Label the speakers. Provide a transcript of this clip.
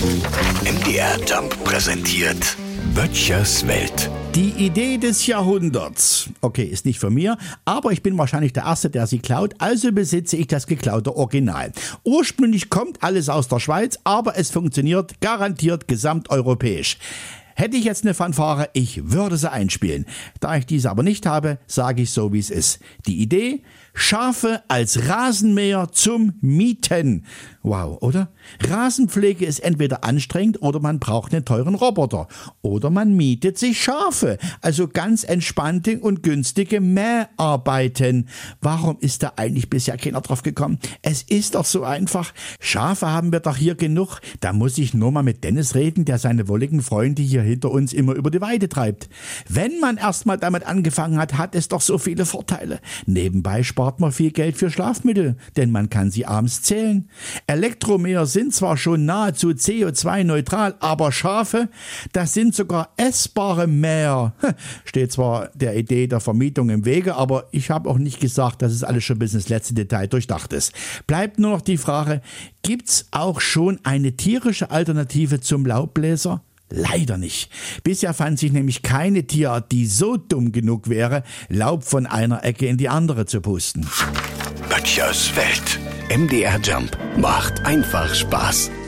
Speaker 1: MDR Jump präsentiert Böttchers Welt.
Speaker 2: Die Idee des Jahrhunderts. Okay, ist nicht von mir, aber ich bin wahrscheinlich der Erste, der sie klaut, also besitze ich das geklaute Original. Ursprünglich kommt alles aus der Schweiz, aber es funktioniert garantiert gesamteuropäisch. Hätte ich jetzt eine Fanfare, ich würde sie einspielen. Da ich diese aber nicht habe, sage ich so, wie es ist. Die Idee: Schafe als Rasenmäher zum Mieten. Wow, oder? Rasenpflege ist entweder anstrengend oder man braucht einen teuren Roboter. Oder man mietet sich Schafe, also ganz entspannte und günstige Mäharbeiten. Warum ist da eigentlich bisher keiner drauf gekommen? Es ist doch so einfach. Schafe haben wir doch hier genug. Da muss ich nur mal mit Dennis reden, der seine wolligen Freunde hier hinter uns immer über die Weide treibt. Wenn man erst mal damit angefangen hat, hat es doch so viele Vorteile. Nebenbei spart man viel Geld für Schlafmittel, denn man kann sie abends zählen. Elektromäher sind zwar schon nahezu CO2-neutral, aber Schafe, das sind sogar essbare Mäher. Steht zwar der Idee der Vermietung im Wege, aber ich habe auch nicht gesagt, dass es alles schon bis ins letzte Detail durchdacht ist. Bleibt nur noch die Frage, gibt's auch schon eine tierische Alternative zum Laubbläser? Leider nicht. Bisher fand sich nämlich keine Tierart, die so dumm genug wäre, Laub von einer Ecke in die andere zu pusten.
Speaker 1: Böttchers Welt. MDR Jump macht einfach Spaß.